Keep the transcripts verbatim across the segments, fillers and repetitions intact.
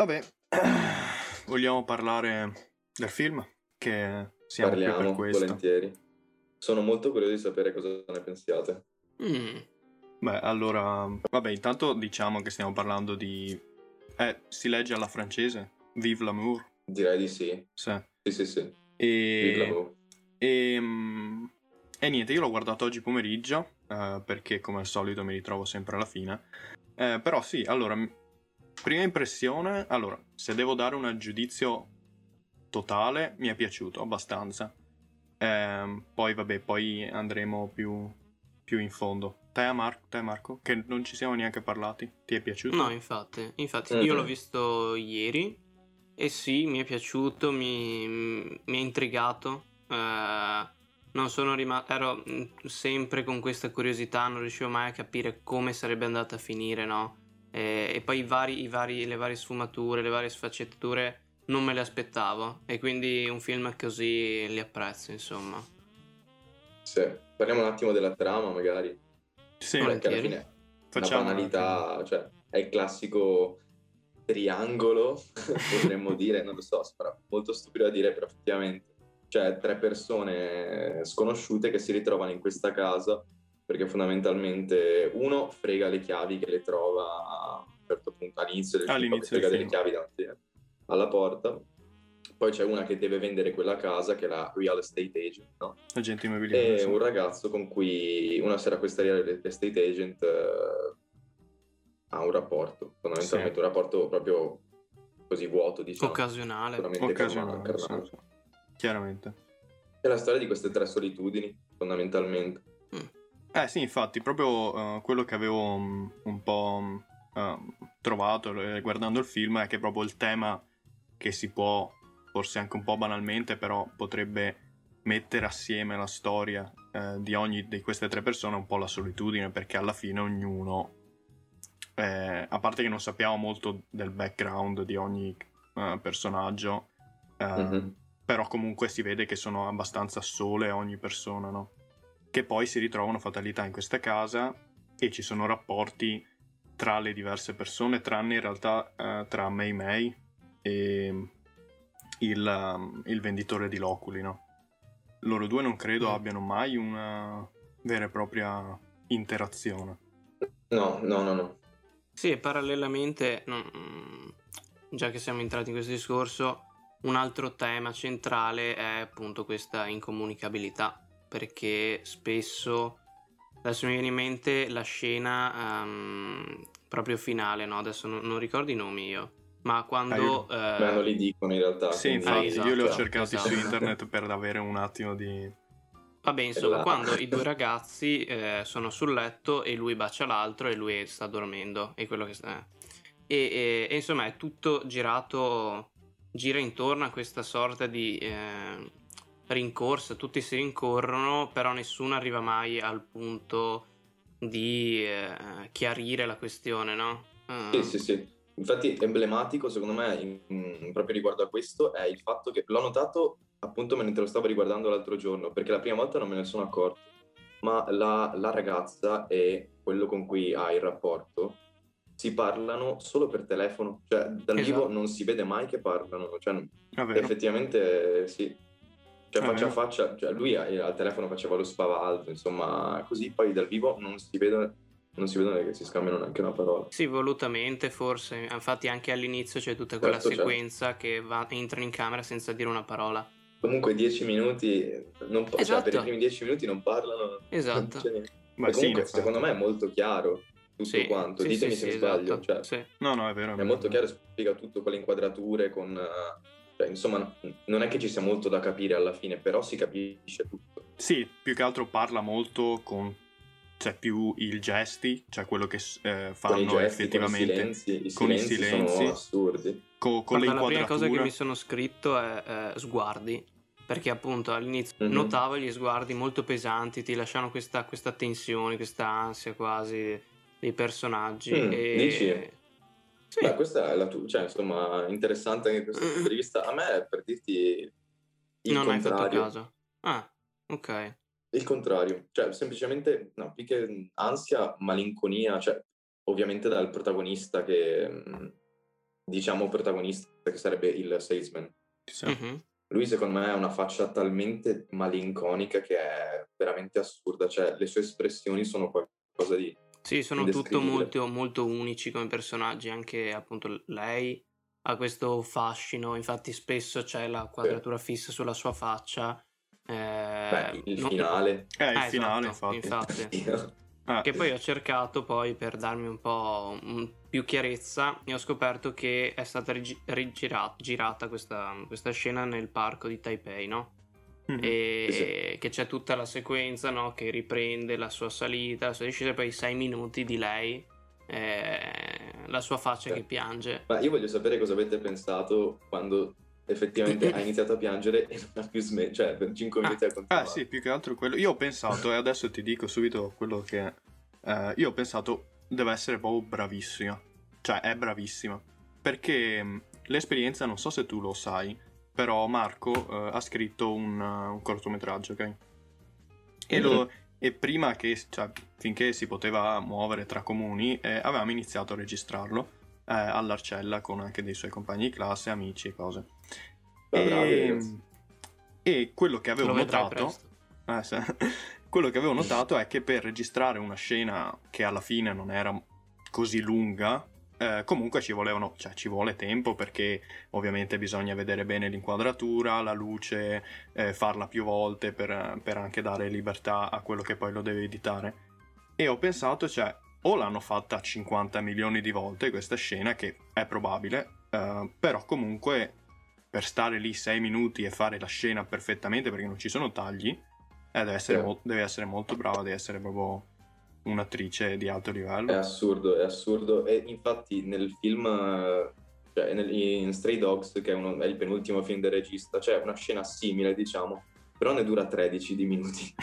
Vabbè, vogliamo parlare del film? Che siamo qui per Parliamo, questo. volentieri. Sono molto curioso di sapere cosa ne pensiate. Mm. Beh, allora, vabbè, intanto diciamo che stiamo parlando di... Eh, si legge alla francese? Vive l'amour? Direi di sì. Sì. Sì, sì, sì. E... Vive l'amour. E, mm, e niente, io l'ho guardato oggi pomeriggio, eh, perché come al solito mi ritrovo sempre alla fine. Eh, però sì, allora, m- prima impressione, allora, se devo dare un giudizio totale, mi è piaciuto abbastanza. Ehm, poi vabbè, poi andremo più, più in fondo. Te, Mar- te Marco, che non ci siamo neanche parlati, ti è piaciuto? No, infatti, infatti Mhm. io l'ho visto ieri e sì, mi è piaciuto, mi, mi ha intrigato. eh, non sono rimasto, ero mm, sempre con questa curiosità, non riuscivo mai a capire come sarebbe andata a finire, no? E, e poi i vari, i vari, le varie sfumature, le varie sfaccettature non me le aspettavo e quindi un film così li apprezzo, insomma. Sì. Parliamo un attimo della trama, magari. Sì, Perché alla Volentieri. fine è una facciamo un banalità, cioè è il classico triangolo, potremmo dire, non lo so, sembra molto stupido da dire, però effettivamente. Cioè, tre persone sconosciute che si ritrovano in questa casa perché fondamentalmente uno frega le chiavi che le trova a un certo punto all'inizio del film, proprio all'inizio del frega delle film. chiavi davanti alla porta. Poi c'è una che deve vendere quella casa, che è la real estate agent, no? Agente immobiliare, E sì. un ragazzo con cui una sera questa real estate agent eh, ha un rapporto, fondamentalmente Sì. un rapporto proprio così vuoto, diciamo, Occasionale. puramente carma- Occasionale, sì, carnale. sì. Chiaramente. È la storia di queste tre solitudini, fondamentalmente. Mm. Eh sì, infatti, proprio eh, quello che avevo mm, un po' mm, eh, trovato eh, guardando il film è che proprio il tema che si può, forse anche un po' banalmente, però potrebbe mettere assieme la storia eh, di ogni di queste tre persone, un po' la solitudine, perché alla fine ognuno, eh, a parte che non sappiamo molto del background di ogni eh, personaggio, eh, Mhm. però comunque si vede che sono abbastanza sole ogni persona, no? Che poi si ritrovano fatalità in questa casa e ci sono rapporti tra le diverse persone, tranne in realtà eh, tra Mei Mei e il, um, il venditore di loculi, no? Loro due non credo Mm. abbiano mai una vera e propria interazione. No, no, no, no. Sì, e parallelamente, mm, già che siamo entrati in questo discorso, un altro tema centrale è appunto questa incomunicabilità, perché spesso, adesso mi viene in mente la scena ehm, proprio finale, no? Adesso non, non ricordo i nomi io, ma quando... Ah, Beh, non eh, li dicono in realtà. Sì, quindi- infatti, esatto, io li ho cioè, cercati su esatto. internet per avere un attimo di... Vabbè, è insomma, là. quando i due ragazzi eh, sono sul letto e lui bacia l'altro e lui sta dormendo, è quello che sta... E, e- e, insomma è tutto girato, gira intorno a questa sorta di eh, rincorsa, tutti si rincorrono, però nessuno arriva mai al punto di eh, chiarire la questione, no? Sì, Eh, sì, sì. Infatti emblematico, secondo me, in- in- proprio riguardo a questo, è il fatto che l'ho notato appunto mentre lo stavo riguardando l'altro giorno, perché la prima volta non me ne sono accorto, ma la, la ragazza e quello con cui ha il rapporto si parlano solo per telefono, cioè dal vivo esatto. non si vede mai che parlano, cioè È vero, effettivamente eh, sì, cioè è faccia a vero. faccia, cioè lui a- al telefono faceva lo spavaldo, insomma, così poi dal vivo non si vedono, non si vedono che si scambiano neanche una parola. Sì, volutamente forse, infatti anche all'inizio c'è tutta quella Certo, certo. sequenza che va, entrano in camera senza dire una parola. Comunque dieci minuti, non pa- cioè per i Esatto, primi dieci minuti non parlano, non esatto. c'è niente. Beh, E sì, in comunque effetti. secondo me è molto chiaro tutto Sì, quanto, sì, sì, ditemi sì, se mi sbaglio, esatto. cioè Sì. No, no, è vero, è è vero. molto è vero. chiaro, spiega tutto con le inquadrature, con, eh, cioè, insomma non è che ci sia molto da capire alla fine, però si capisce tutto. Sì, più che altro parla molto con... cioè più i gesti, cioè quello che eh, Con i fanno gesti, con i effettivamente silenzi, i con i silenzi sono silenzi, assurdi. co- con le Guarda, la prima cosa che inquadrature. mi sono scritto è eh, sguardi, perché appunto all'inizio Mhm. notavo gli sguardi molto pesanti, ti lasciano questa, questa tensione, questa ansia quasi dei personaggi Mm, dici? e... Sì. Beh, questa è la tua, cioè insomma interessante anche questo punto di vista. A me, per dirti il Non hai fatto contrario, caso. Ah, ok. il contrario, cioè semplicemente, no, più che ansia, malinconia, cioè ovviamente dal protagonista che, mh, diciamo, protagonista, che sarebbe il salesman. Sì. Mhm. Lui secondo me ha una faccia talmente malinconica che è veramente assurda, cioè le sue espressioni sono qualcosa di Sì, sono tutto indescrivibile. molto, molto unici come personaggi, anche appunto lei ha questo fascino, infatti spesso c'è la quadratura fissa sulla sua faccia. eh, Beh, il no- finale. Eh, il eh, finale, esatto, infatti. infatti. Ah, Che poi ho cercato poi per darmi un po' un- più chiarezza e ho scoperto che è stata rigi- rigira- girata questa, questa scena nel parco di Taipei, no? mhm. E Sì, sì. che c'è tutta la sequenza, no? Che riprende la sua salita, la sua discesa, e poi sei minuti di lei, eh, la sua faccia Sì. che piange. Ma io voglio sapere cosa avete pensato quando effettivamente ha iniziato a piangere e non ha più smesso, cioè per cinque Ah. minuti ha Ah continuato. sì, più che altro quello. Io ho pensato, e adesso ti dico subito quello che... eh, io ho pensato, deve essere proprio bravissima. Cioè, è bravissima. Perché mh, l'esperienza, non so se tu lo sai, però Marco eh, ha scritto un, uh, un cortometraggio, ok? E, lo, e prima che, cioè, finché si poteva muovere tra comuni, eh, avevamo iniziato a registrarlo eh, all'Arcella con anche dei suoi compagni di classe, amici e cose. Ma bravi, E, ragazzi. e quello che avevo Lo vedrai notato, presto. eh, sì. quello che avevo notato è che per registrare una scena che alla fine non era così lunga, eh, comunque ci volevano, cioè ci vuole tempo perché ovviamente bisogna vedere bene l'inquadratura, la luce, eh, farla più volte per, per anche dare libertà a quello che poi lo deve editare. E ho pensato, cioè, o l'hanno fatta cinquanta milioni di volte questa scena, che è probabile, eh, però comunque per stare lì sei minuti e fare la scena perfettamente perché non ci sono tagli, eh, deve, essere Sì. mo- deve essere molto brava, deve essere proprio un'attrice di alto È livello. assurdo, è assurdo. E infatti nel film, eh, cioè nel- in Stray Dogs, che è, uno- è il penultimo film del regista, c'è una scena simile, diciamo, però ne dura tredici di minuti.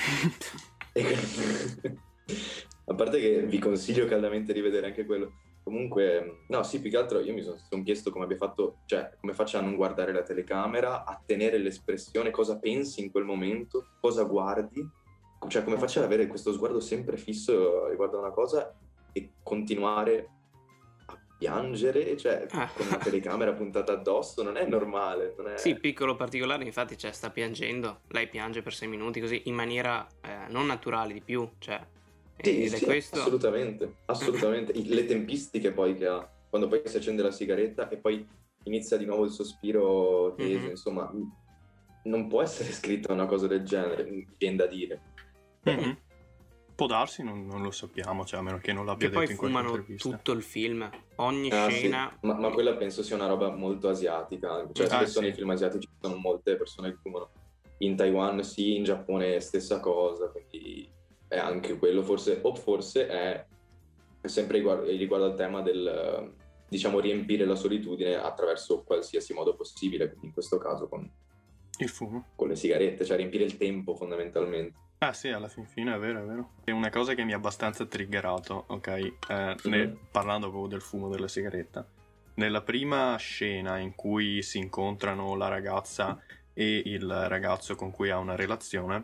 E que- A parte che vi consiglio caldamente di vedere anche quello. Comunque, no, sì, più che altro io mi sono, sono chiesto come abbia fatto, cioè come faccia a non guardare la telecamera, a tenere l'espressione, cosa pensi in quel momento, cosa guardi, cioè come faccia ad avere questo sguardo sempre fisso riguardo a una cosa e continuare a piangere, cioè Ah. con una telecamera puntata addosso, non è normale, non è... Sì, piccolo particolare, infatti, cioè, sta piangendo, lei piange per sei minuti così in maniera eh, non naturale di più, cioè, Sì, ed è sì, questo. assolutamente, assolutamente. I- Le tempistiche poi che ha, quando poi si accende la sigaretta e poi inizia di nuovo il sospiro teso, Mhm. insomma, non può essere scritta una cosa del genere, mi viene da dire. Mhm. Può darsi, non, non lo sappiamo, cioè a meno che non l'abbia Che poi detto in qualche fumano intervista. tutto il film, ogni Ah, sì, scena. ma, ma quella penso sia una roba molto asiatica, cioè Ah, spesso sì. nei film asiatici ci sono molte persone che fumano. In Taiwan sì, in Giappone stessa cosa, quindi è anche quello forse, o forse è sempre riguardo, riguardo al tema del, diciamo, riempire la solitudine attraverso qualsiasi modo possibile, quindi in questo caso con, Il fumo. con le sigarette, cioè riempire il tempo fondamentalmente. Ah sì, alla fin fine è vero, è vero. È una cosa che mi ha abbastanza triggerato, ok? Eh, ne- Mhm. parlando proprio del fumo della sigaretta. Nella prima scena in cui si incontrano la ragazza e il ragazzo con cui ha una relazione,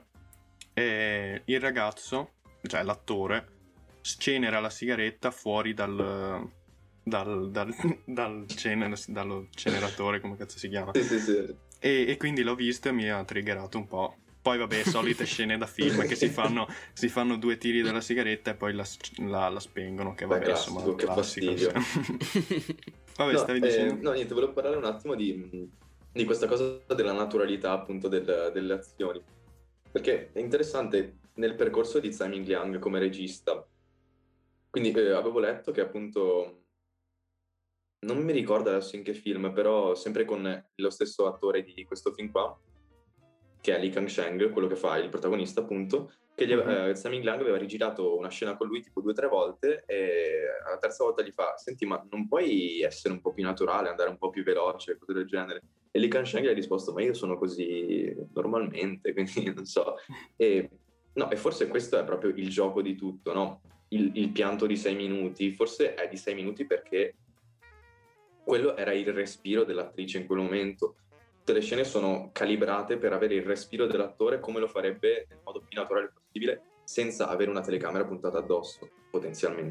eh, il ragazzo, cioè l'attore, scenera la sigaretta fuori dal, dal, dal, dal, cener- dallo ceneratore, come cazzo si chiama. Sì, sì, sì. E, e quindi l'ho visto e mi ha triggerato un po'. Poi vabbè, solite scene da film che si fanno, si fanno due tiri della sigaretta e poi la, la- la spengono, che Beh, vabbè, insomma, classico, che classico. fastidio. Vabbè, No, stavi eh, dicendo? no, niente, volevo parlare un attimo di, di questa cosa della naturalità appunto del- delle azioni, perché è interessante nel percorso di Tsai Ming-liang come regista. Quindi eh, avevo letto che appunto, non mi ricordo adesso in che film, però sempre con lo stesso attore di questo film qua, che è Lee Kang-sheng, quello che fa il protagonista appunto, che gli ave- Mhm. eh, Tsai Ming-liang aveva rigirato una scena con lui tipo due o tre volte e alla terza volta gli fa senti ma non puoi essere un po' più naturale, andare un po' più veloce, cose del genere. E Lee Kang-sheng gli ha risposto ma io sono così normalmente, quindi non so. E, no, e forse questo è proprio il gioco di tutto, no? Il, il pianto di sei minuti, forse è di sei minuti perché quello era il respiro dell'attrice in quel momento. Tutte le scene sono calibrate per avere il respiro dell'attore come lo farebbe nel modo più naturale possibile, senza avere una telecamera puntata addosso, potenzialmente.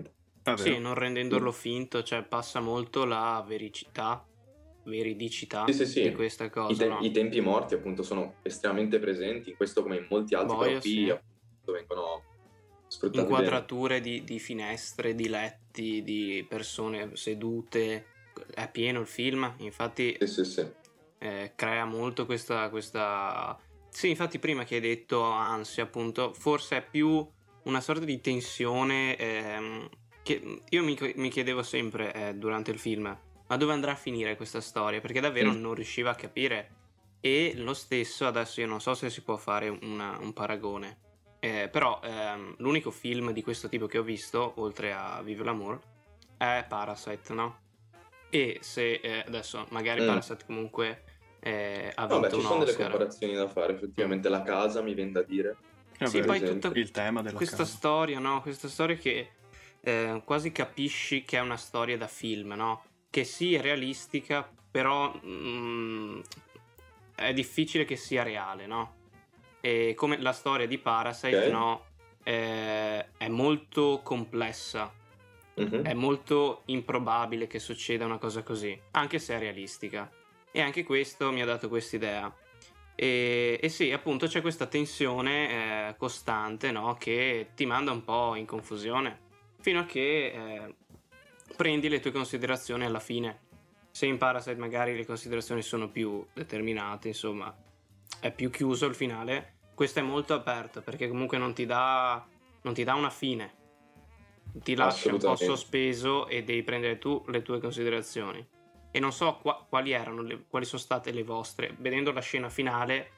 Ah, Sì, vero? non rendendolo finto, cioè passa molto la vericità, veridicità Sì, sì, di sì. questa I, cosa, te- no? i tempi morti appunto sono estremamente presenti in questo come in molti altri, però Boia, qui sì. appunto vengono sfruttati bene. Inquadrature di, di finestre, di letti, di persone sedute, è pieno il film, infatti Sì, sì, sì. eh, crea molto questa, questa... Sì, infatti prima che hai detto ansia, appunto, forse è più una sorta di tensione ehm, che io mi, mi chiedevo sempre eh, durante il film, ma dove andrà a finire questa storia? Perché davvero Mm. non riusciva a capire. E lo stesso, adesso io non so se si può fare una- un paragone, eh, però ehm, l'unico film di questo tipo che ho visto, oltre a Vive l'amour, è Parasite, no? E se eh, adesso magari Mm. Parasite comunque eh, ha Vabbè, vinto ci un sono delle Oscar. comparazioni da fare, Mm. effettivamente. La casa mi viene da dire, È Sì, per vero. poi tutta esempio. Il tema della questa casa. storia, no? Questa storia che eh, quasi capisci che è una storia da film, no? Che sì, è realistica, però mm, è difficile che sia reale, no? E come la storia di Parasite, Ok? no? Eh, è molto complessa. È Mhm. molto improbabile che succeda una cosa così, anche se è realistica. E anche questo mi ha dato quest'idea. E, e sì, appunto c'è questa tensione eh, costante, no? Che ti manda un po' in confusione, fino a che eh, prendi le tue considerazioni alla fine. Se in Parasite magari le considerazioni sono più determinate, insomma, è più chiuso il finale. Questo è molto aperto perché comunque non ti dà, non ti dà una fine, ti lascia un po' Assolutamente. sospeso e devi prendere tu le tue considerazioni. E non so qua- quali erano, le, quali sono state le vostre. Vedendo la scena finale,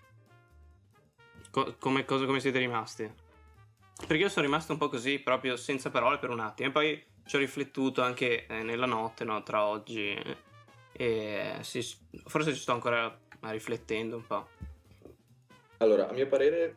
co- come, cosa, come siete rimasti? Perché io sono rimasto un po' così, proprio senza parole per un attimo. E poi ci ho riflettuto anche eh, nella notte, no, tra oggi. eh, E sì, forse ci sto ancora riflettendo un po'. Allora, a mio parere,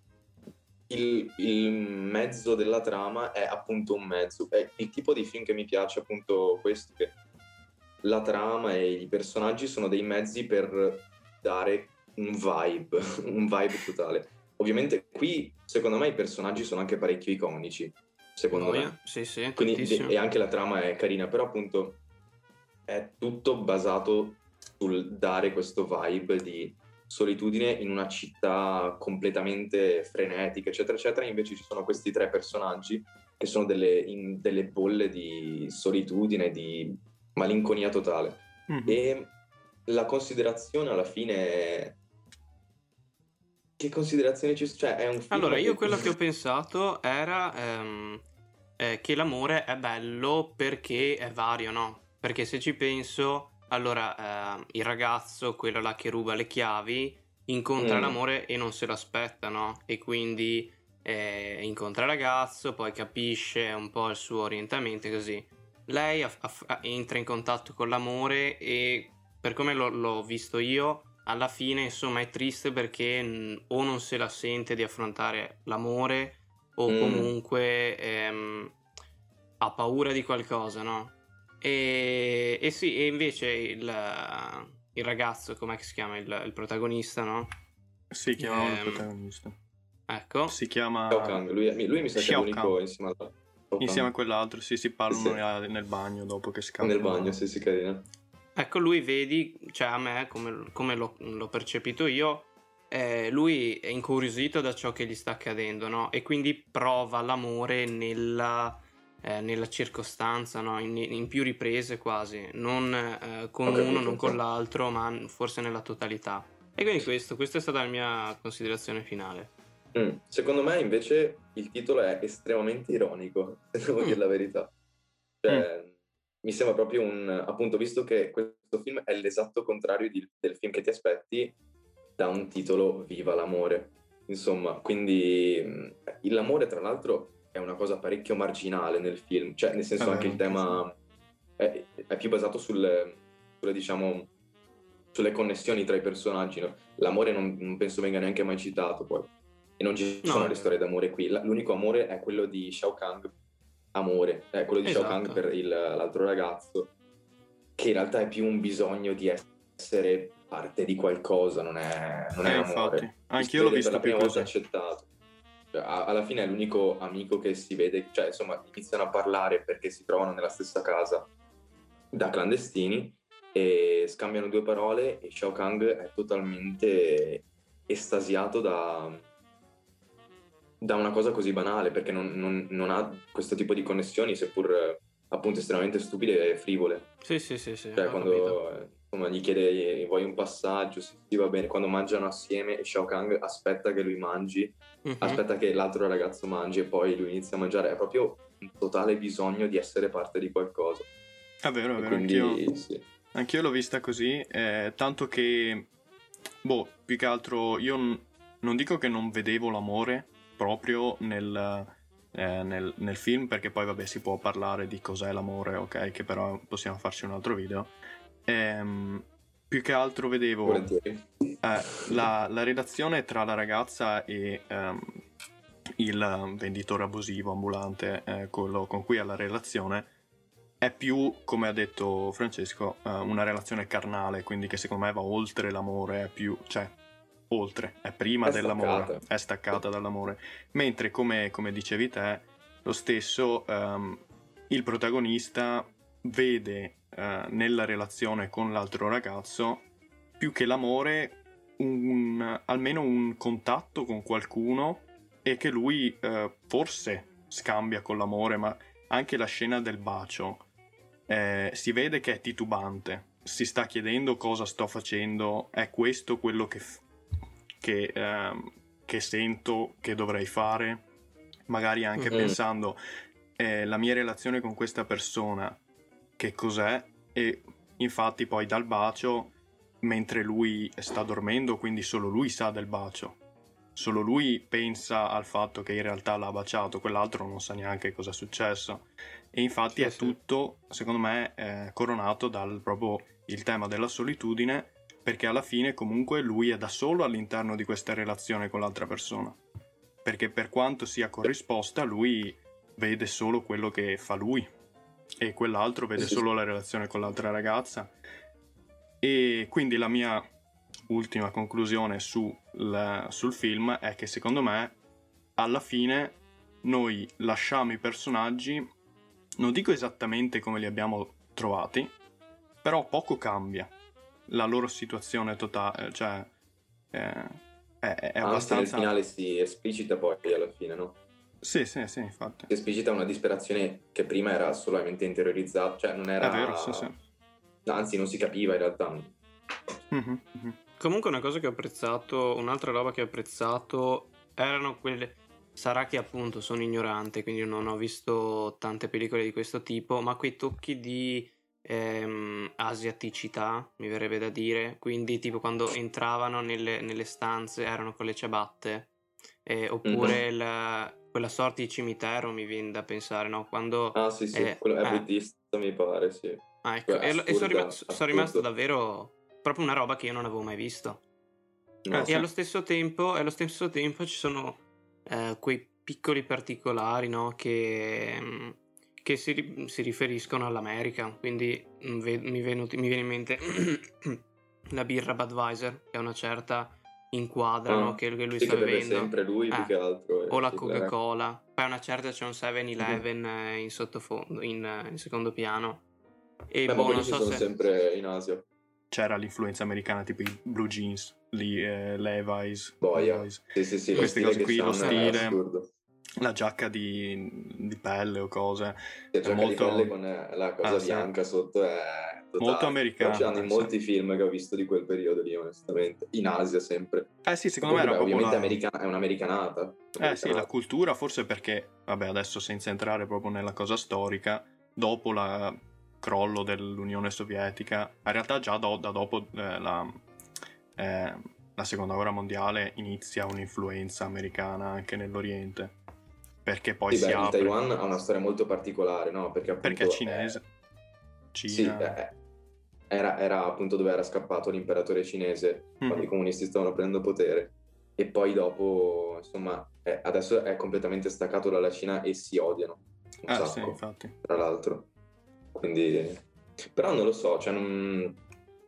il, il mezzo della trama è appunto un mezzo. È il tipo di film che mi piace, appunto questo, che la trama e i personaggi sono dei mezzi per dare un vibe, un vibe totale. Ovviamente qui, secondo me, i personaggi sono anche parecchio iconici, secondo me. Boia, sì, sì, Quindi, de- e tantissimo. anche la trama è carina, però appunto è tutto basato sul dare questo vibe di solitudine in una città completamente frenetica, eccetera, eccetera. Invece ci sono questi tre personaggi che sono delle, in delle bolle di solitudine, di malinconia totale. Mhm. E la considerazione alla fine è... Che considerazioni ci sono? Cioè, è un Allora, film io che... quello che ho pensato era ehm, eh, che l'amore è bello perché è vario, no? Perché se ci penso, allora ehm, il ragazzo, quello là che ruba le chiavi, incontra Mm, l'amore e non se lo aspetta, no? E quindi eh, incontra il ragazzo, poi capisce un po' il suo orientamento e così. Lei aff- aff- entra in contatto con l'amore e per come l'ho, l'ho visto io alla fine, insomma, è triste perché mh, o non se la sente di affrontare l'amore o mm. comunque ehm, ha paura di qualcosa, no? E, e sì, e invece il, il ragazzo, com'è che si chiama? Il, il protagonista, no? Si chiamavano il Ehm, protagonista. ecco, Si Shao chiama Kahn, lui, lui mi sa che è Xiao Kahn. l'unico insieme a Shao Insieme a Kahn. quell'altro, sì, si Sì, sì. parlano nel bagno dopo che Nel bagno, scappano. sì, sì, carina. ecco lui, vedi, cioè a me, come, come l'ho, l'ho percepito io, eh, lui è incuriosito da ciò che gli sta accadendo, no? E quindi prova l'amore nella, eh, nella circostanza, no? In, in più riprese quasi, non eh, con Ho uno, capito, non sì. con l'altro, ma forse nella totalità. E quindi questo, questa è stata la mia considerazione finale. Mm. Secondo me invece il titolo è estremamente ironico, se devo dire Mm, la verità. Mm. Cioè, mi sembra proprio un... appunto, visto che questo film è l'esatto contrario di- del film che ti aspetti, da un titolo Viva l'amore. Insomma, quindi mm, l'amore tra l'altro è una cosa parecchio marginale nel film, cioè nel È senso anche vero, il sì, sì. tema è, è più basato sul, sulle, diciamo, sulle connessioni tra i personaggi, no? L'amore non, non penso venga neanche mai citato poi. E non ci no, sono è le vero. storie d'amore qui. La- l'unico amore è quello di Shao Kahn, amore, è quello di Shao Kahn Esatto. per il- l'altro ragazzo, che in realtà è più un bisogno di essere parte di qualcosa, non è, non è Eh, infatti. amore. Ci si Anch'io l'ho vede per visto la più prima volta così. accettato. Cioè, a- alla fine è l'unico amico che si vede, cioè insomma iniziano a parlare perché si trovano nella stessa casa da clandestini e scambiano due parole e Shao Kahn è totalmente estasiato da, da una cosa così banale perché non, non- non ha questo tipo di connessioni, seppur eh, appunto estremamente stupide e frivole. Sì, sì, sì, sì, Cioè ho capito. quando eh, insomma, gli chiede vuoi un passaggio, sì, sì, va bene, quando mangiano assieme e Shao Kahn aspetta che lui mangi, Mhm. aspetta che l'altro ragazzo mangi e poi lui inizia a mangiare, è proprio un totale bisogno di essere parte di qualcosa. È vero, è E vero, quindi anch'io, sì. anch'io l'ho vista così, eh, tanto che, boh, più che altro io n- non dico che non vedevo l'amore proprio nel, eh, nel, nel film, perché poi vabbè si può parlare di cos'è l'amore, ok, che però possiamo farci un altro video. Ehm, più che altro vedevo Volentieri. eh, la, la relazione tra la ragazza e ehm, il eh, venditore abusivo ambulante, eh, quello con cui ha la relazione, è più, come ha detto Francesco, eh, una relazione carnale, quindi che secondo me va oltre l'amore, è più, cioè, oltre, è prima È dell'amore, staccata. è staccata dall'amore. Mentre, come, come dicevi te, lo stesso, ehm, il protagonista vede eh, nella relazione con l'altro ragazzo, più che l'amore, un, almeno un contatto con qualcuno e che lui eh, forse scambia con l'amore, ma anche la scena del bacio eh, si vede che è titubante, si sta chiedendo cosa sto facendo, è questo quello che, f- che, ehm, che sento che dovrei fare, magari anche Mhm. pensando eh, la mia relazione con questa persona, che cos'è, e infatti poi dal bacio, mentre lui sta dormendo, quindi solo lui sa del bacio. Solo lui pensa al fatto che in realtà l'ha baciato, quell'altro non sa neanche cosa è successo. E infatti Sì, è sì. tutto, secondo me, eh, coronato dal proprio il tema della solitudine, perché alla fine comunque lui è da solo all'interno di questa relazione con l'altra persona. Perché per quanto sia corrisposta, lui vede solo quello che fa lui e quell'altro vede Sì, sì. solo la relazione con l'altra ragazza. E quindi la mia ultima conclusione sul, sul film è che secondo me alla fine noi lasciamo i personaggi, non dico esattamente come li abbiamo trovati, però poco cambia la loro situazione totale, cioè eh, è, è Anzi, nel abbastanza... finale si esplicita poi alla fine, no? Sì, sì, sì, infatti. Si esplicita una disperazione che prima era solamente interiorizzata, cioè non È vero, era... sì, sì. Anzi, non si capiva in realtà. Mhm, mhm. Comunque una cosa che ho apprezzato, un'altra roba che ho apprezzato erano quelle... Sarà che appunto sono ignorante, quindi non ho visto tante pellicole di questo tipo, ma quei tocchi di ehm, asiaticità, mi verrebbe da dire, quindi tipo quando entravano nelle, nelle stanze erano con le ciabatte, eh, oppure il- quella sorta di cimitero mi viene da pensare, no? Quando... Ah, sì, sì, eh, quello è eh, buddista, mi pare, sì. ah, ecco, Cioè, e, e sono assurda, rimasto, sono rimasto assurdo. davvero proprio una roba che io non avevo mai visto. Eh No. E sì, allo stesso tempo, e allo stesso tempo ci sono eh, quei piccoli particolari, no, che, mm, che si, ri- si riferiscono all'America. Quindi mm, ve- mi, venuti- mi viene in mente la birra Budweiser, che a una certa inquadrano Ah, che, che lui sì, sta che beve bevendo. sempre lui più Eh, che altro. o eh, la sì, la- Coca-Cola. Poi a una certa c'è un seven eleven eh, in sottofondo, in, eh, in secondo piano. E Beh, ma boh, quelli non ci so sono se... sempre in Asia. c'era l'influenza americana tipo i blue jeans, lì, eh, Levi's, Boia. Levi's, Sì, sì, sì, lo queste stile cose che qui, lo c'hanno è stile, assurdo. la giacca di, di pelle o cose, La è giacca di pelle molto, con eh, la ah, cosa sì, bianca sotto è molto totale. Però americano, c'hanno in eh, sì. molti film che ho visto di quel periodo lì, onestamente. In Asia sempre. Eh sì, E secondo poi, me era beh, proprio ovviamente la... americana- è un'americanata. Eh sì, la Americanata. cultura, forse perché, vabbè, adesso senza entrare proprio nella cosa storica, dopo la crollo dell'Unione Sovietica, in realtà già do- da dopo eh, la, eh, la seconda guerra mondiale inizia un'influenza americana anche nell'Oriente, perché poi Sì, si beh, il apre, Taiwan ha una storia molto particolare, no? Perché perché è appunto è- cinese, sì, Cina... è- era, era appunto dove era scappato l'imperatore cinese quando i Mhm. comunisti stavano prendendo potere. E poi dopo, insomma, è- adesso è completamente staccato dalla Cina e si odiano un Eh sì, sacco, infatti. tra l'altro. Quindi, però non lo so, cioè non,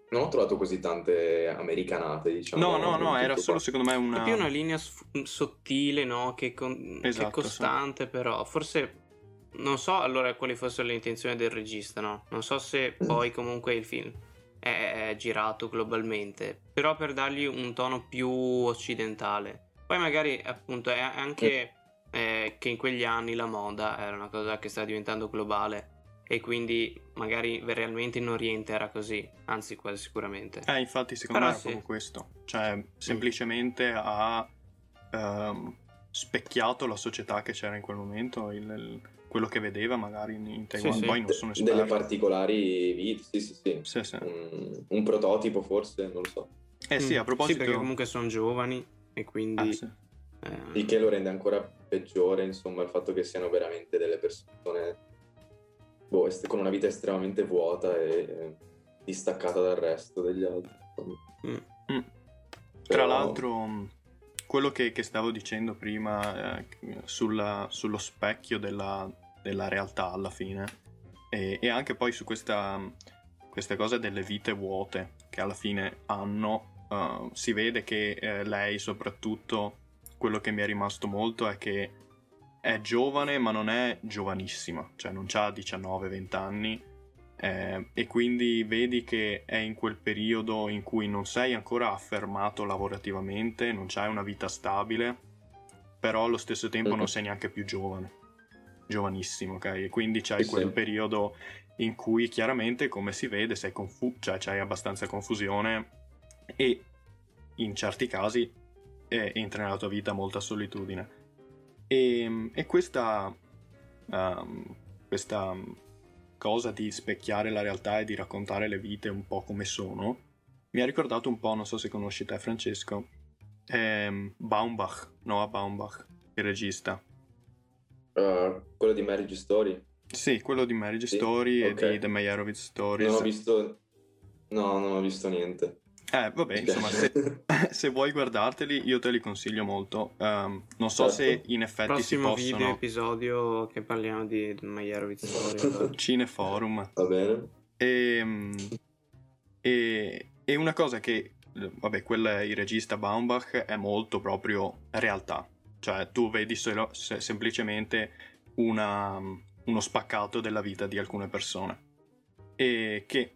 non ho trovato così tante americanate, diciamo. No, no, no, in era tutto solo qua. secondo me una... È più una linea sf- sottile, no? Che, con- che Esatto, costante, però forse non so allora quali fossero le intenzioni del regista, no? Non so se poi comunque il film è, è girato globalmente, però per dargli un tono più occidentale. Poi magari appunto è anche eh, che in quegli anni la moda era una cosa che stava diventando globale e quindi magari realmente in Oriente era così, anzi quasi sicuramente. Eh, infatti, secondo Però me era sì. proprio questo. Cioè, semplicemente ha ehm, specchiato la società che c'era in quel momento, il, il- quello che vedeva magari in, in Taiwan. sì. Poi non sono esperto. Delle particolari vite, sì, sì, sì. Sì, sì. Un, un prototipo forse, non lo so. Eh sì, a Mm. proposito... Sì, perché comunque sono giovani e quindi... Ah, sì. ehm, Il che lo rende ancora peggiore, insomma, il fatto che siano veramente delle persone boh, est- con una vita estremamente vuota e eh, distaccata dal resto degli altri. mm. Mm. Tra Però- l'altro, mh, quello che, che stavo dicendo prima eh, sulla- sullo specchio della, della realtà alla fine, e, e anche poi su questa, mh, queste cose delle vite vuote che alla fine hanno, eh, si vede che eh, lei soprattutto, quello che mi è rimasto molto è che è giovane ma non è giovanissima, cioè non ha diciannove venti anni. Eh, e quindi vedi che è in quel periodo in cui non sei ancora affermato lavorativamente, non c'hai una vita stabile, però allo stesso tempo non sei neanche più giovane, giovanissimo, ok? E quindi c'hai Sì, quel sì. periodo in cui chiaramente, come si vede, sei confu- cioè c'hai abbastanza confusione e in certi casi eh, entri nella tua vita molta solitudine. E, e questa, um, questa cosa di specchiare la realtà e di raccontare le vite un po' come sono mi ha ricordato un po', non so se conosci te Francesco, ehm, Baumbach, Noah Baumbach, il regista. Uh, quello di Marriage Story? Sì, quello di Marriage Sì? Story Ok. e di The Meyerowitz Stories. Non ho visto... No, non ho visto niente. Eh, vabbè, Mi insomma, se, spiace. se vuoi guardarteli, io te li consiglio molto. Um, non so se Certo. in effetti Prossimo si video possono... episodio che parliamo di Meyerowitz Story. allora. Cineforum. Va bene. E, e, e una cosa che, vabbè, quella il regista Baumbach è molto proprio realtà. Cioè, tu vedi solo, se, semplicemente una, uno spaccato della vita di alcune persone. E che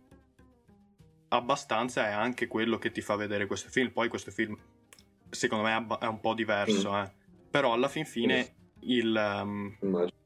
abbastanza è anche quello che ti fa vedere questo film. Poi questo film secondo me è, abba- è un po' diverso, Mm. eh. Però alla fin fine il, um, Immagino.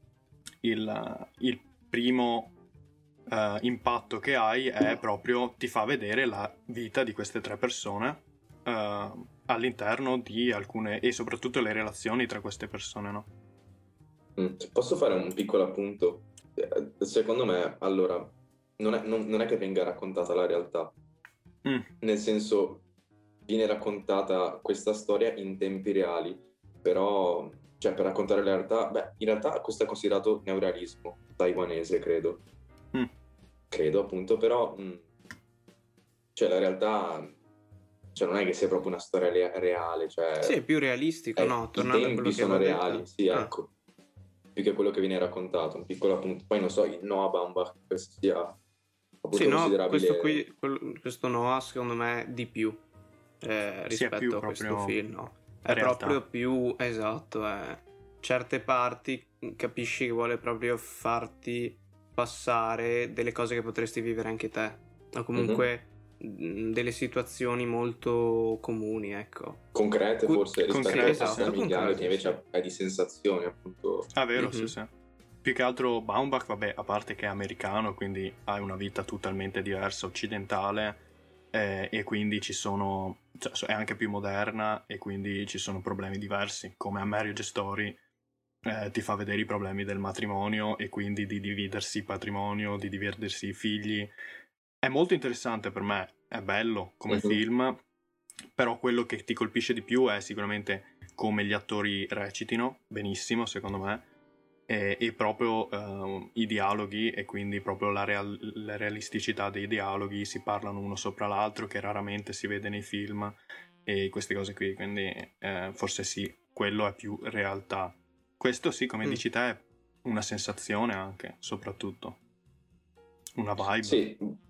il, il primo uh, impatto che hai è proprio ti fa vedere la vita di queste tre persone uh, all'interno di alcune e soprattutto le relazioni tra queste persone, no? Mm. Posso fare un piccolo appunto? Eh, Secondo me, allora, non è, non- non è che venga raccontata la realtà, Mm. nel senso viene raccontata questa storia in tempi reali, però, cioè per raccontare la realtà, beh, in realtà questo è considerato neorealismo taiwanese, credo, Mm. credo appunto, però, mh, cioè la realtà, cioè non è che sia proprio una storia rea- reale, cioè Sì, è più realistico, eh, no? i Tornando a quello tempi che sono avevo reali, detto. sì, Ah. ecco, più che quello che viene raccontato, un piccolo appunto, poi non so, il Noah Baumbach questo sia appunto Sì, no, considerabile. questo qui, quel- questo Noah secondo me di più eh, Sì, è rispetto più a questo proprio film, no? È realtà. proprio più esatto, eh. Certe parti capisci che vuole proprio farti passare delle cose che potresti vivere anche te, o comunque mh, delle situazioni molto comuni, ecco. Concrete Cu- forse rispetto concrete, a esatto, film indiano che concrete, invece sì. è di sensazioni appunto. Ah, vero, Mhm. sì, sì. Più che altro Baumbach, vabbè, a parte che è americano, quindi ha una vita totalmente diversa, occidentale, eh, e quindi ci sono, cioè, è anche più moderna e quindi ci sono problemi diversi, come a Marriage Story eh, ti fa vedere i problemi del matrimonio e quindi di dividersi il patrimonio, di dividersi i figli. È molto interessante per me, è bello come Mhm. film, però quello che ti colpisce di più è sicuramente come gli attori recitino, benissimo secondo me, e, e proprio eh, i dialoghi e quindi proprio la, real- la realisticità dei dialoghi, si parlano uno sopra l'altro che raramente si vede nei film e queste cose qui, quindi eh, forse sì, quello è più realtà. Questo sì, come Mm. dici te, è una sensazione anche, soprattutto. Una vibe. Sì, ma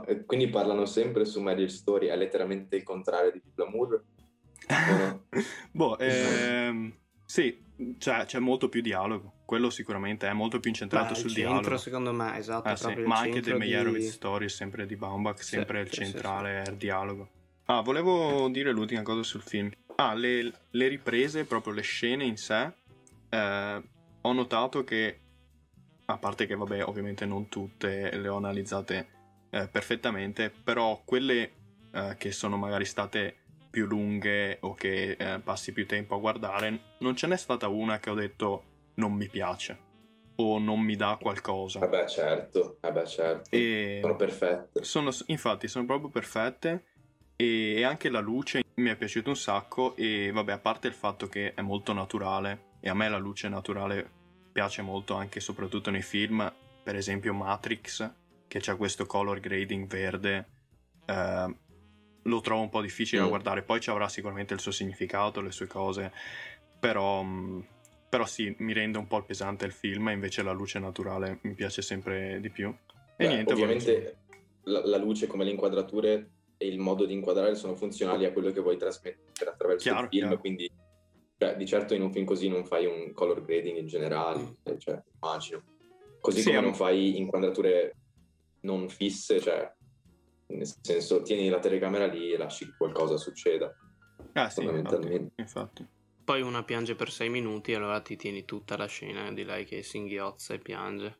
Ma eh, quindi parlano sempre su Marriage Story, è letteralmente il contrario di Glamour? No? Boh, ehm, sì, cioè, c'è molto più dialogo. Quello sicuramente è molto più incentrato Beh, sul il centro, dialogo. secondo me, esatto, Eh è sì, proprio il ma anche centro The Meyerowitz di... Story, sempre di Baumbach, Sì, sempre il sì, sì, centrale è il dialogo. Ah, volevo dire l'ultima cosa sul film. Ah, le, le riprese, proprio le scene in sé, eh, ho notato che, a parte che, vabbè, ovviamente non tutte le ho analizzate eh, perfettamente, però quelle eh, che sono magari state più lunghe o che eh, passi più tempo a guardare, non ce n'è stata una che ho detto non mi piace o non mi dà qualcosa. Vabbè, certo, vabbè, certo. E Sono perfette. sono, infatti, sono proprio perfette. E anche la luce mi è piaciuta un sacco. E vabbè, a parte il fatto che è molto naturale, e a me la luce naturale piace molto anche e soprattutto nei film, per esempio Matrix, che c'ha questo color grading verde, eh, lo trovo un po' difficile Mm. da guardare. Poi ci avrà sicuramente il suo significato, le sue cose, però, però sì, mi rende un po' il pesante il film, e invece la luce naturale mi piace sempre di più. E Beh, niente, vabbè, insomma. ovviamente la, la luce, come le inquadrature e il modo di inquadrare sono funzionali a quello che vuoi trasmettere attraverso Chiaro, il film, chiaro. quindi cioè, di certo in un film così non fai un color grading in generale, eh, cioè, immagino. Così Sì, come am- non fai inquadrature non fisse, cioè nel senso tieni la telecamera lì e lasci che qualcosa succeda, Ah sì, infatti, fondamentalmente. infatti. Poi una piange per sei minuti, allora ti tieni tutta la scena di lei che singhiozza e piange.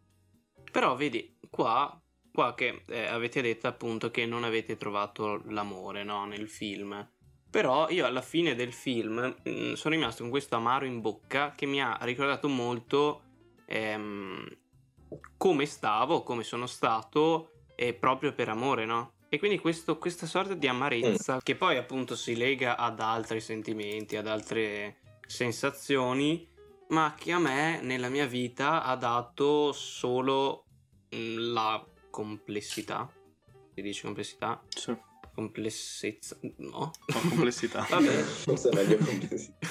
Però vedi, qua, qua che eh, avete detto appunto che non avete trovato l'amore, no, nel film. Però io alla fine del film mh, sono rimasto con questo amaro in bocca che mi ha ricordato molto ehm, come stavo, come sono stato, eh, proprio per amore, no? E quindi questo, questa sorta di amarezza, che poi appunto si lega ad altri sentimenti, ad altre sensazioni, ma che a me nella mia vita ha dato solo mh, la complessità. Si dice complessità? Sì. Complessezza? No. No, complessità. Vabbè, forse è meglio complessità.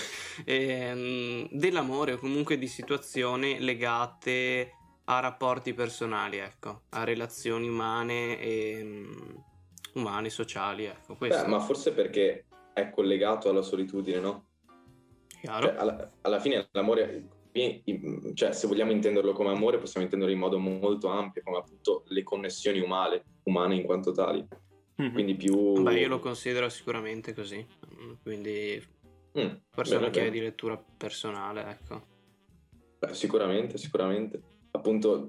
ehm, dell'amore o comunque di situazioni legate a rapporti personali, ecco, a relazioni umane e um, umane, sociali, ecco, questo. Beh, ma forse perché è collegato alla solitudine, no? Chiaro? Cioè, alla, alla fine l'amore, cioè, se vogliamo intenderlo come amore, possiamo intenderlo in modo molto ampio, come appunto le connessioni umane, umane in quanto tali. Mm-hmm. Quindi più... Beh, io lo considero sicuramente così, quindi mm, forse bene, una chiave bene. di lettura personale, ecco. Beh, sicuramente, sicuramente. Appunto,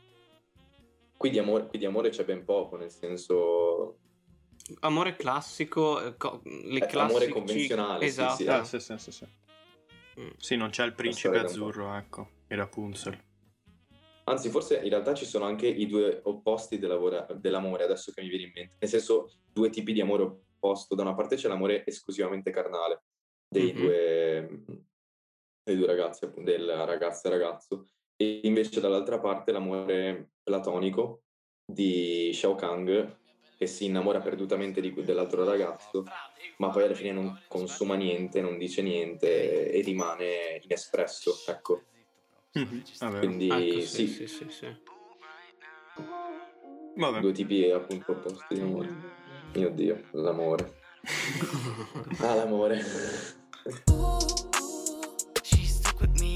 qui di amore, qui di amore c'è ben poco, nel senso... Amore classico, co- le Eh, classici... amore convenzionale, sì, esatto. sì. Ah, sì, sì, sì, sì. Mm. Sì, non c'è il principe azzurro, ecco, e Rapunzel. Anzi, forse in realtà ci sono anche i due opposti dell'amore, adesso che mi viene in mente. Nel senso, due tipi di amore opposto. Da una parte c'è l'amore esclusivamente carnale dei, Mhm. due, dei due ragazzi, appunto, del ragazzo e ragazzo. E invece dall'altra parte l'amore platonico di Shao Kahn, che si innamora perdutamente di, dell'altro ragazzo, ma poi alla fine non consuma niente, non dice niente e rimane inespresso, ecco. Mm-hmm. Ah, vero. Quindi Ecco, sì, sì, sì, sì, sì. Vabbè. due tipi appunto opposti di amore. Mio Dio, l'amore. Ah, l'amore. She stuck with me